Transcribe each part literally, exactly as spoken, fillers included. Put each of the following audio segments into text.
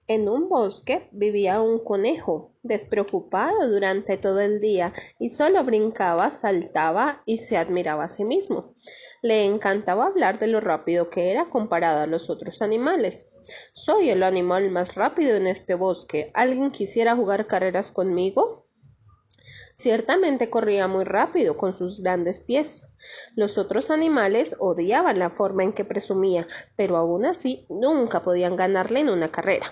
En un bosque vivía un conejo, despreocupado durante todo el día, y solo brincaba, saltaba y se admiraba a sí mismo. Le encantaba hablar de lo rápido que era comparado a los otros animales. Soy el animal más rápido en este bosque. ¿Alguien quisiera jugar carreras conmigo? Ciertamente corría muy rápido con sus grandes pies. Los otros animales odiaban la forma en que presumía, pero aún así nunca podían ganarle en una carrera.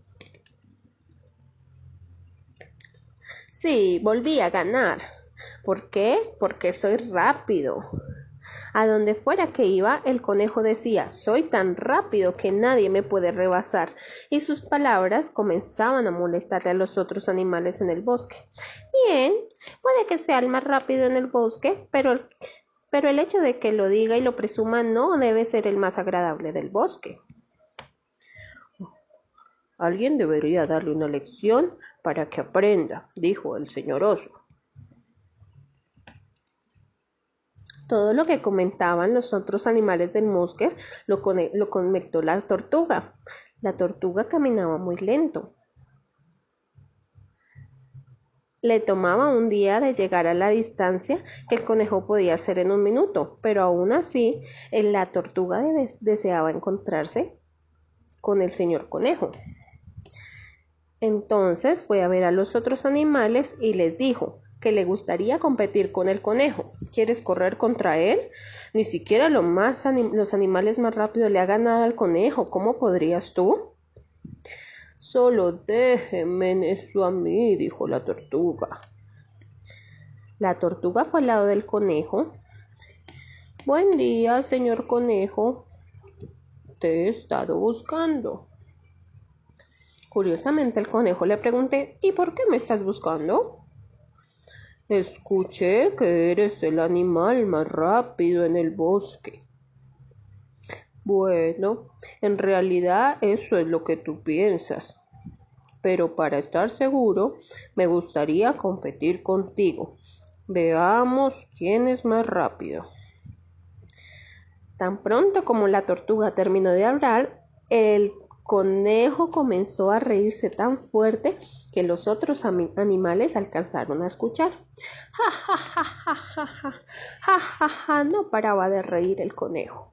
Sí, volví a ganar. ¿Por qué? Porque soy rápido. A donde fuera que iba, el conejo decía, soy tan rápido que nadie me puede rebasar, y sus palabras comenzaban a molestarle a los otros animales en el bosque. Bien, puede que sea el más rápido en el bosque, pero, pero el hecho de que lo diga y lo presuma no debe ser el más agradable del bosque. Alguien debería darle una lección para que aprenda, dijo el señor oso. Todo lo que comentaban los otros animales del bosque lo, lo comentó la tortuga. La tortuga caminaba muy lento. Le tomaba un día de llegar a la distancia que el conejo podía hacer en un minuto, pero aún así la tortuga deseaba encontrarse con el señor conejo. Entonces fue a ver a los otros animales y les dijo que le gustaría competir con el conejo. ¿Quieres correr contra él? Ni siquiera lo más anim- los animales más rápidos le ha ganado al conejo. ¿Cómo podrías tú? Solo déjenme eso a mí, dijo la tortuga. La tortuga fue al lado del conejo. Buen día, señor conejo. Te he estado buscando. Curiosamente el conejo le pregunté, ¿y por qué me estás buscando? Escuché que eres el animal más rápido en el bosque. Bueno, en realidad eso es lo que tú piensas. Pero para estar seguro, me gustaría competir contigo. Veamos quién es más rápido. Tan pronto como la tortuga terminó de hablar, el conejo comenzó a reírse tan fuerte que los otros animales alcanzaron a escuchar. Ja, ja, ja, ja, ja, ja, ja, ja, ja, no paraba de reír el conejo.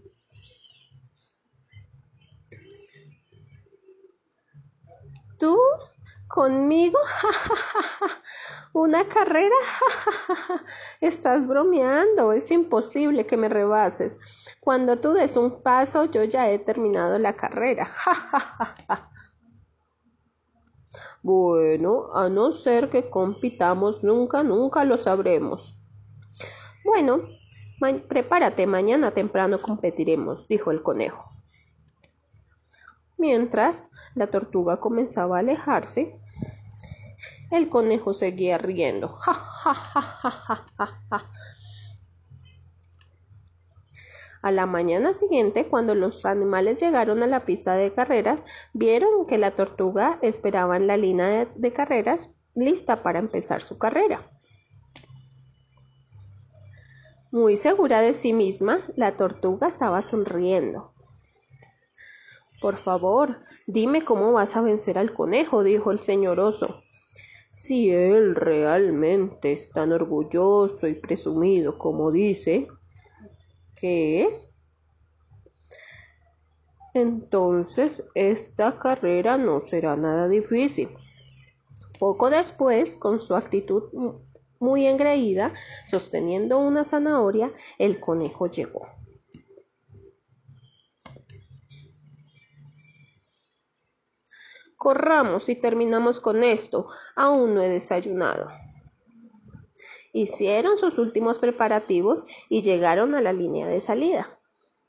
¿Tú? ¿Conmigo? Ja, ja, ja, ja. ¿Una carrera? Ja, ja, ja, ja. Estás bromeando, es imposible que me rebases. Cuando tú des un paso, yo ya he terminado la carrera. Ja, ja, ja, ja. Bueno, a no ser que compitamos nunca, nunca lo sabremos. Bueno, ma- prepárate, mañana temprano competiremos, dijo el conejo. Mientras la tortuga comenzaba a alejarse, el conejo seguía riendo. Ja, ja, ja, ja, ja, ja, ja. A la mañana siguiente, cuando los animales llegaron a la pista de carreras, vieron que la tortuga esperaba en la línea de, de carreras lista para empezar su carrera. Muy segura de sí misma, la tortuga estaba sonriendo. Por favor, dime cómo vas a vencer al conejo, dijo el señor oso. Si él realmente es tan orgulloso y presumido como dice que es, entonces esta carrera no será nada difícil. Poco después, con su actitud muy engreída, sosteniendo una zanahoria, el conejo llegó. Corramos y terminamos con esto. Aún no he desayunado. Hicieron sus últimos preparativos y llegaron a la línea de salida.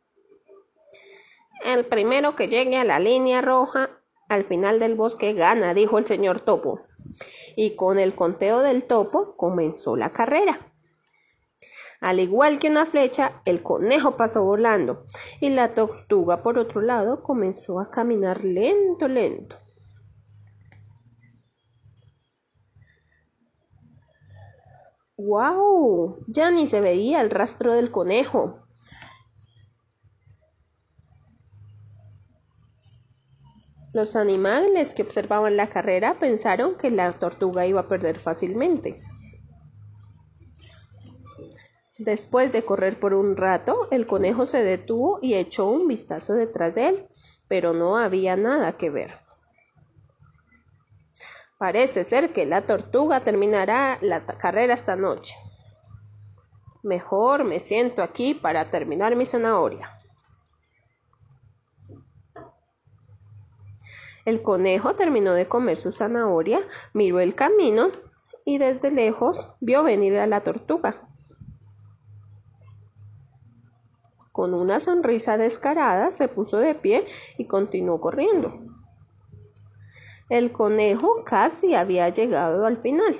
El primero que llegue a la línea roja al final del bosque gana, dijo el señor Topo. Y con el conteo del topo comenzó la carrera. Al igual que una flecha, el conejo pasó volando y la tortuga, por otro lado, comenzó a caminar lento, lento. ¡Guau! Ya ni se veía el rastro del conejo. Los animales que observaban la carrera pensaron que la tortuga iba a perder fácilmente. Después de correr por un rato, el conejo se detuvo y echó un vistazo detrás de él, pero no había nada que ver. Parece ser que la tortuga terminará la carrera esta noche. Mejor me siento aquí para terminar mi zanahoria. El conejo terminó de comer su zanahoria, miró el camino y desde lejos vio venir a la tortuga. Con una sonrisa descarada se puso de pie y continuó corriendo. El conejo casi había llegado al final.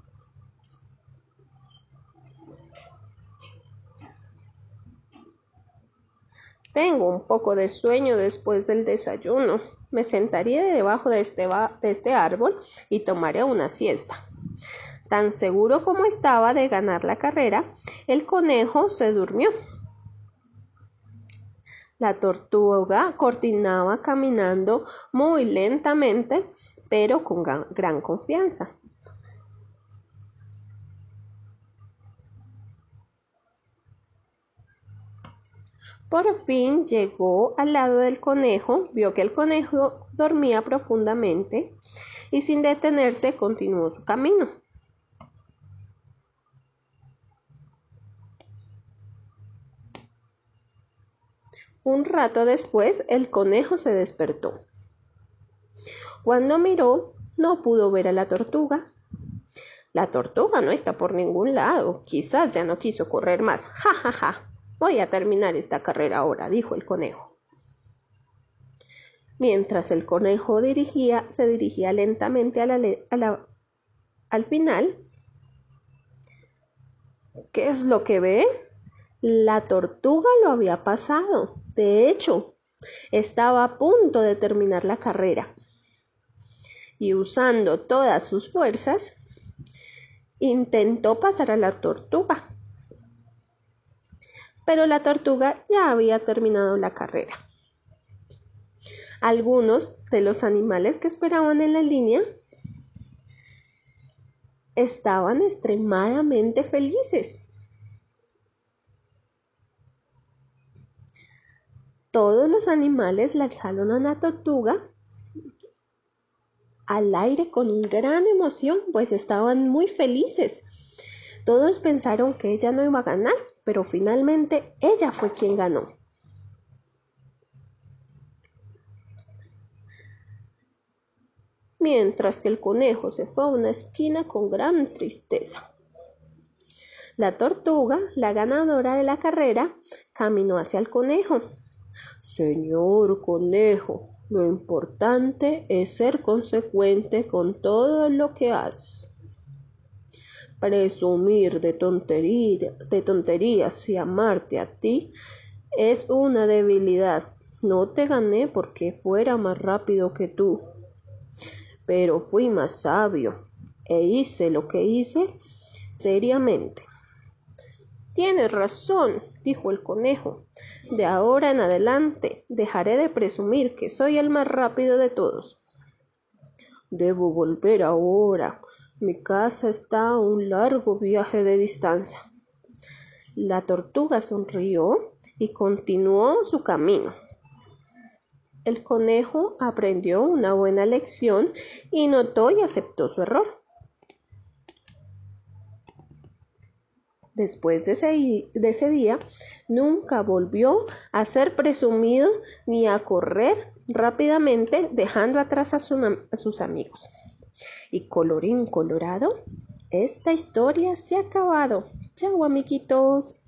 Tengo un poco de sueño después del desayuno. Me sentaré debajo de este, de este árbol y tomaré una siesta. Tan seguro como estaba de ganar la carrera, el conejo se durmió. La tortuga continuaba caminando muy lentamente, pero con gran, gran confianza. Por fin llegó al lado del conejo, vio que el conejo dormía profundamente y sin detenerse continuó su camino. Un rato después, el conejo se despertó. Cuando miró, no pudo ver a la tortuga. La tortuga no está por ningún lado. Quizás ya no quiso correr más. Ja, ja, ja. Voy a terminar esta carrera ahora, dijo el conejo. Mientras el conejo dirigía, se dirigía lentamente a la, a la, al final. ¿Qué es lo que ve? La tortuga lo había pasado. De hecho, estaba a punto de terminar la carrera. Y usando todas sus fuerzas, intentó pasar a la tortuga. Pero la tortuga ya había terminado la carrera. Algunos de los animales que esperaban en la línea estaban extremadamente felices. Todos los animales lanzaron a la tortuga al aire con gran emoción, pues estaban muy felices. Todos pensaron que ella no iba a ganar, pero finalmente ella fue quien ganó. Mientras que el conejo se fue a una esquina con gran tristeza. La tortuga, la ganadora de la carrera, caminó hacia el conejo. Señor conejo, lo importante es ser consecuente con todo lo que haces. Presumir de, tontería, de tonterías y amarte a ti es una debilidad. No te gané porque fuera más rápido que tú, pero fui más sabio e hice lo que hice seriamente. Tienes razón, dijo el conejo. De ahora en adelante dejaré de presumir que soy el más rápido de todos. Debo volver ahora. Mi casa está a un largo viaje de distancia. La tortuga sonrió y continuó su camino. El conejo aprendió una buena lección y notó y aceptó su error. Después de ese, de ese día, nunca volvió a ser presumido ni a correr rápidamente dejando atrás a, su, a sus amigos. Y colorín colorado, esta historia se ha acabado. Chao, amiguitos.